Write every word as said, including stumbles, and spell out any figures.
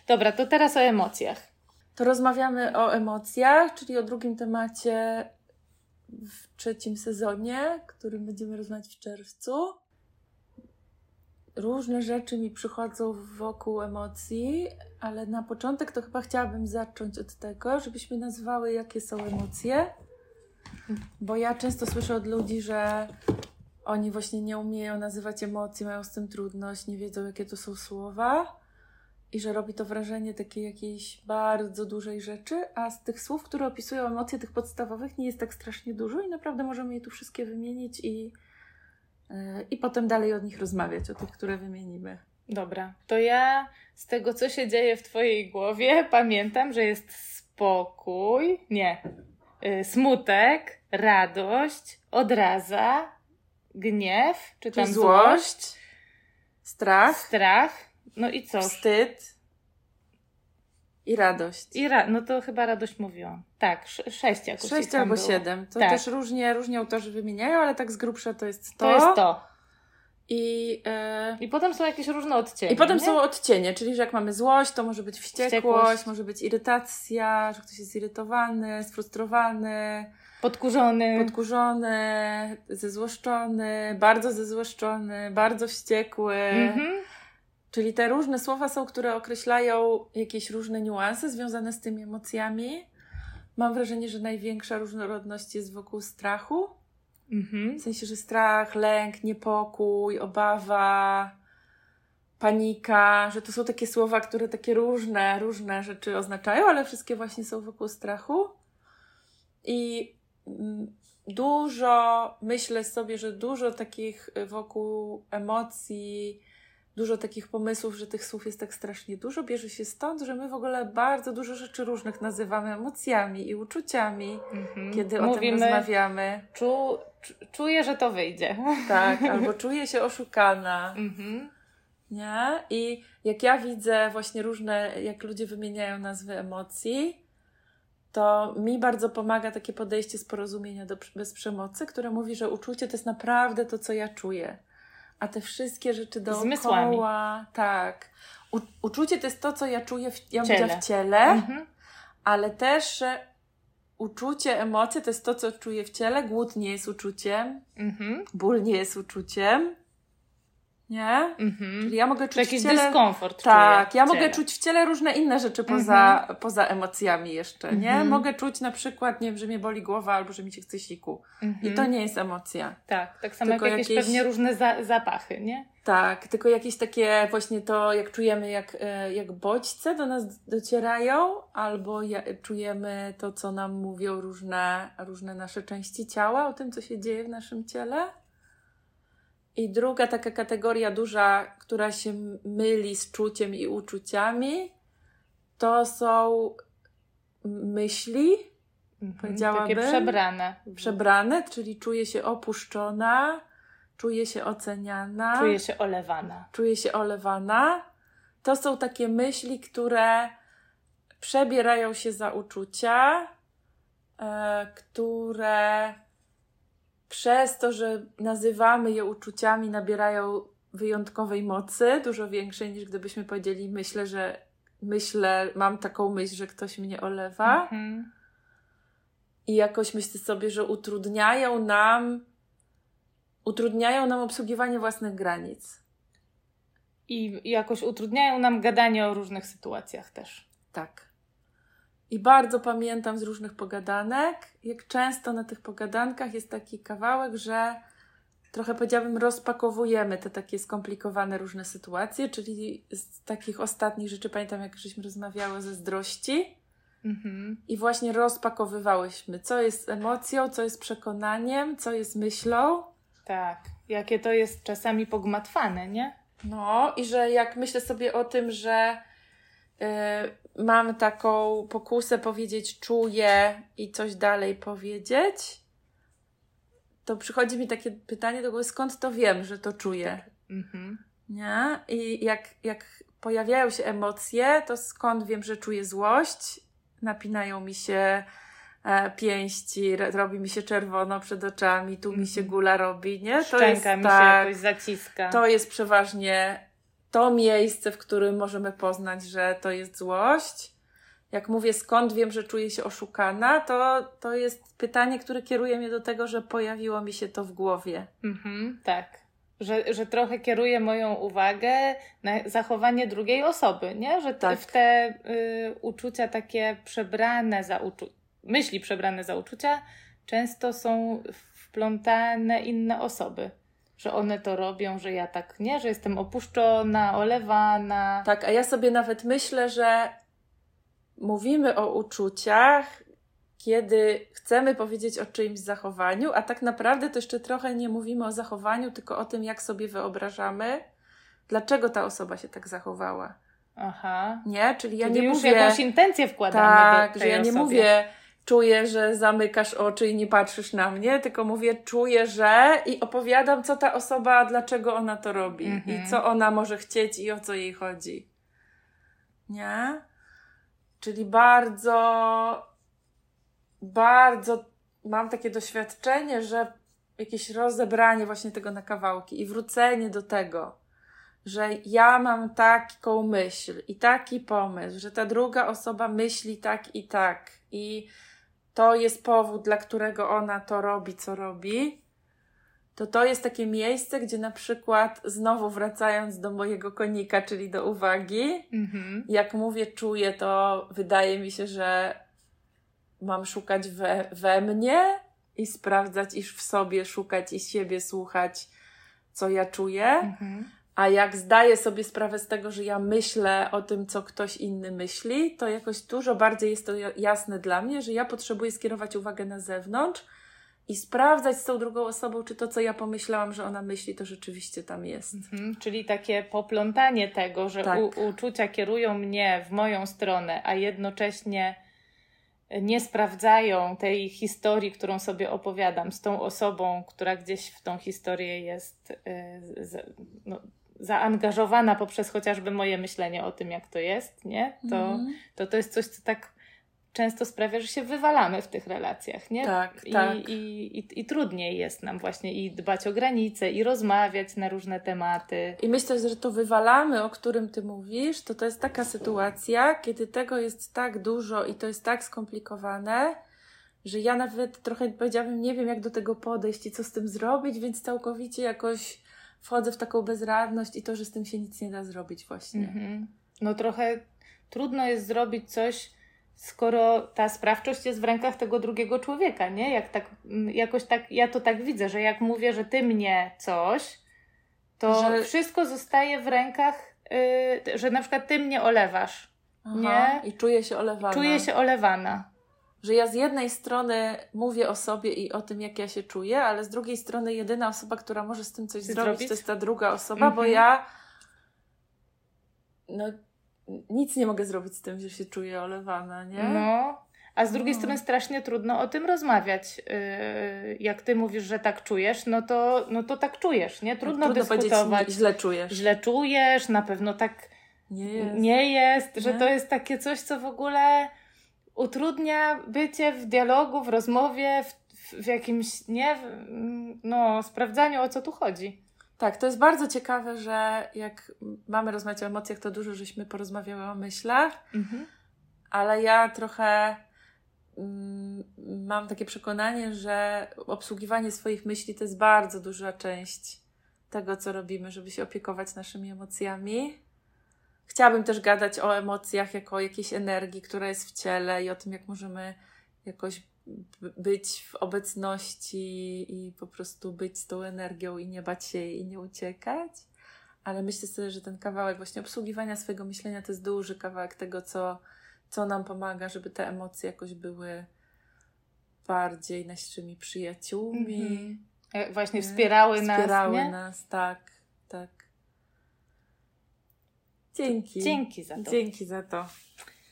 Dobra, to teraz o emocjach. To rozmawiamy o emocjach, czyli o drugim temacie w trzecim sezonie, którym będziemy rozmawiać w czerwcu. Różne rzeczy mi przychodzą wokół emocji, ale na początek to chyba chciałabym zacząć od tego, żebyśmy nazwały, jakie są emocje. Bo ja często słyszę od ludzi, że oni właśnie nie umieją nazywać emocji, mają z tym trudność, nie wiedzą, jakie to są słowa i że robi to wrażenie takiej jakiejś bardzo dużej rzeczy, a z tych słów, które opisują emocje, tych podstawowych, nie jest tak strasznie dużo i naprawdę możemy je tu wszystkie wymienić i, yy, i potem dalej o nich rozmawiać, o tych, które wymienimy. Dobra, to ja z tego, co się dzieje w twojej głowie, pamiętam, że jest spokój, nie, yy, smutek, radość, odraza, gniew, czy tam złość, złość, strach, strach, no i co? wstyd i radość. I ra- no to chyba radość mówiłam. Tak, sz- sześć jakoś. Sześć albo było. siedem. To tak. też różnie, różnie autorzy wymieniają, ale tak z grubsza to jest to. To jest to. I, yy... I potem są jakieś różne odcienie. I potem nie? są odcienie, czyli że jak mamy złość, to może być wściekłość, Wściekłość. może być irytacja, że ktoś jest zirytowany, sfrustrowany, podkurzony, podkurzony, zezłoszczony, bardzo zezłoszczony, bardzo wściekły. Mhm. Czyli te różne słowa są, które określają jakieś różne niuanse związane z tymi emocjami. Mam wrażenie, że największa różnorodność jest wokół strachu. Mhm. W sensie, że strach, lęk, niepokój, obawa, panika, że to są takie słowa, które takie różne, różne rzeczy oznaczają, ale wszystkie właśnie są wokół strachu. I mm, dużo, myślę sobie, że dużo takich wokół emocji, dużo takich pomysłów, że tych słów jest tak strasznie dużo, bierze się stąd, że my w ogóle bardzo dużo rzeczy różnych nazywamy emocjami i uczuciami, mhm. kiedy o Mówimy, tym rozmawiamy. Czu, czu, czuję, że to wyjdzie. Tak, albo czuję się oszukana. Mhm. Nie? I jak ja widzę właśnie różne, jak ludzie wymieniają nazwy emocji, to mi bardzo pomaga takie podejście z porozumienia do, bez przemocy, które mówi, że uczucie to jest naprawdę to, co ja czuję. A te wszystkie rzeczy dookoła... Zmysłami. Tak. U, uczucie to jest to, co ja czuję w, ja ciele. w ciele, Mhm. ale też, że uczucie, emocje to jest to, co czuję w ciele. Głód nie jest uczuciem. Mhm. Ból nie jest uczuciem. Nie? Mhm. Czyli ja mogę czuć jakiś w ciele... dyskomfort. Tak, ja w mogę ciele. czuć w ciele różne inne rzeczy poza, Mhm. poza emocjami jeszcze, nie? Mhm. Mogę czuć na przykład, nie wiem, że mnie boli głowa albo że mi się chce siku. Mhm. I to nie jest emocja. Tak, tak samo Tylko jak jakieś, jakieś... pewnie różne za, zapachy, nie? Tak, tylko jakieś takie właśnie to, jak czujemy, jak, jak bodźce do nas docierają, albo ja, czujemy to, co nam mówią różne, różne nasze części ciała o tym, co się dzieje w naszym ciele. I druga taka kategoria duża, która się myli z czuciem i uczuciami, to są myśli, Mhm. powiedziałabym. Takie przebrane. Przebrane, czyli czuję się opuszczona, czuję się oceniana. Czuję się olewana. Czuję się olewana. To są takie myśli, które przebierają się za uczucia, e, które przez to, że nazywamy je uczuciami, nabierają wyjątkowej mocy, dużo większej niż gdybyśmy powiedzieli, myślę, że myślę, mam taką myśl, że ktoś mnie olewa. Mhm. I jakoś myślę sobie, że utrudniają nam utrudniają nam obsługiwanie własnych granic. I jakoś utrudniają nam gadanie o różnych sytuacjach też. Tak. I bardzo pamiętam z różnych pogadanek, jak często na tych pogadankach jest taki kawałek, że trochę powiedziałabym rozpakowujemy te takie skomplikowane różne sytuacje, czyli z takich ostatnich rzeczy pamiętam, jak żeśmy rozmawiały o zazdrości mhm. i właśnie rozpakowywałyśmy, co jest emocją, co jest przekonaniem, co jest myślą. Tak. Jakie to jest czasami pogmatwane, nie? No i że jak myślę sobie o tym, że yy, mam taką pokusę powiedzieć czuję i coś dalej powiedzieć, to przychodzi mi takie pytanie do głowy, skąd to wiem, że to czuję? Mhm. Nie? I jak, jak pojawiają się emocje, to skąd wiem, że czuję złość? Napinają mi się e, pięści, robi mi się czerwono przed oczami, tu mi się gula robi, nie? To Szczęka jest, mi tak, się jakoś zaciska. To jest przeważnie to miejsce, w którym możemy poznać, że to jest złość. Jak mówię, skąd wiem, że czuję się oszukana, to, to jest pytanie, które kieruje mnie do tego, że pojawiło mi się to w głowie. Mhm, tak. Że, że trochę kieruje moją uwagę na zachowanie drugiej osoby, nie? Że te, tak. w te y, uczucia takie przebrane za uczucia, myśli przebrane za uczucia, często są wplątane inne osoby. Że one to robią, że ja tak, nie? Że jestem opuszczona, olewana. Tak, a ja sobie nawet myślę, że mówimy o uczuciach, kiedy chcemy powiedzieć o czyimś zachowaniu, a tak naprawdę to jeszcze trochę nie mówimy o zachowaniu, tylko o tym, jak sobie wyobrażamy, dlaczego ta osoba się tak zachowała. Aha. Nie? Czyli ja Czyli nie już mówię... jakąś intencję wkładamy tak, do tej że ja nie osobie. mówię, czuję, że zamykasz oczy i nie patrzysz na mnie, tylko mówię, czuję, że i opowiadam, co ta osoba, dlaczego ona to robi mhm. i co ona może chcieć i o co jej chodzi. Nie? Czyli bardzo... Bardzo mam takie doświadczenie, że jakieś rozebranie właśnie tego na kawałki i wrócenie do tego, że ja mam taką myśl i taki pomysł, że ta druga osoba myśli tak i tak i to jest powód, dla którego ona to robi, co robi, to to jest takie miejsce, gdzie na przykład znowu wracając do mojego konika, czyli do uwagi, mhm. jak mówię, czuję, to wydaje mi się, że mam szukać we, we mnie i sprawdzać, iż w sobie szukać i siebie słuchać, co ja czuję. Mhm. A jak zdaję sobie sprawę z tego, że ja myślę o tym, co ktoś inny myśli, to jakoś dużo bardziej jest to jasne dla mnie, że ja potrzebuję skierować uwagę na zewnątrz i sprawdzać z tą drugą osobą, czy to, co ja pomyślałam, że ona myśli, to rzeczywiście tam jest. Mhm. Czyli takie poplątanie tego, że tak. u, uczucia kierują mnie w moją stronę, a jednocześnie nie sprawdzają tej historii, którą sobie opowiadam z tą osobą, która gdzieś w tą historię jest yy, z, no, zaangażowana poprzez chociażby moje myślenie o tym, jak to jest, nie? To, mm. to, to jest coś, co tak często sprawia, że się wywalamy w tych relacjach, nie? Tak, I, tak. I, i, I trudniej jest nam właśnie i dbać o granice, i rozmawiać na różne tematy. I myślę, że to wywalamy, o którym ty mówisz, to to jest taka sytuacja, kiedy tego jest tak dużo i to jest tak skomplikowane, że ja nawet trochę powiedziałabym, nie wiem, jak do tego podejść i co z tym zrobić, więc całkowicie jakoś wchodzę w taką bezradność i to, że z tym się nic nie da zrobić właśnie. Mhm. No trochę trudno jest zrobić coś, skoro ta sprawczość jest w rękach tego drugiego człowieka, nie? Jak tak, jakoś tak, ja to tak widzę, że jak mówię, że ty mnie coś, to że... wszystko zostaje w rękach, yy, że na przykład ty mnie olewasz, Aha, nie? I czuję się olewana. Czuję się olewana. Że ja z jednej strony mówię o sobie i o tym, jak ja się czuję, ale z drugiej strony jedyna osoba, która może z tym coś zrobić, zrobić, to jest ta druga osoba, mhm. bo ja no nic nie mogę zrobić z tym, że się czuję olewana, nie? No, a z drugiej no. strony strasznie trudno o tym rozmawiać. Yy, jak ty mówisz, że tak czujesz, no to, no to tak czujesz, nie? Trudno, trudno dyskutować. Powiedzieć, źle czujesz. Źle czujesz, na pewno tak nie jest, nie jest nie? że to jest takie coś, co w ogóle utrudnia bycie w dialogu, w rozmowie, w, w jakimś, nie? W, no, sprawdzaniu, o co tu chodzi. Tak, to jest bardzo ciekawe, że jak mamy rozmawiać o emocjach, to dużo żeśmy porozmawiały o myślach, mhm. ale ja trochę mm, mam takie przekonanie, że obsługiwanie swoich myśli to jest bardzo duża część tego, co robimy, żeby się opiekować naszymi emocjami. Chciałabym też gadać o emocjach jako o jakiejś energii, która jest w ciele i o tym, jak możemy jakoś być w obecności i po prostu być z tą energią i nie bać się jej i nie uciekać. Ale myślę sobie, że ten kawałek właśnie obsługiwania swojego myślenia to jest duży kawałek tego, co, co nam pomaga, żeby te emocje jakoś były bardziej naszymi przyjaciółmi. Mm-hmm. Właśnie wspierały, wspierały nas. Wspierały nie? nas, tak, tak. Dzięki. Dzięki za to. Dzięki za to.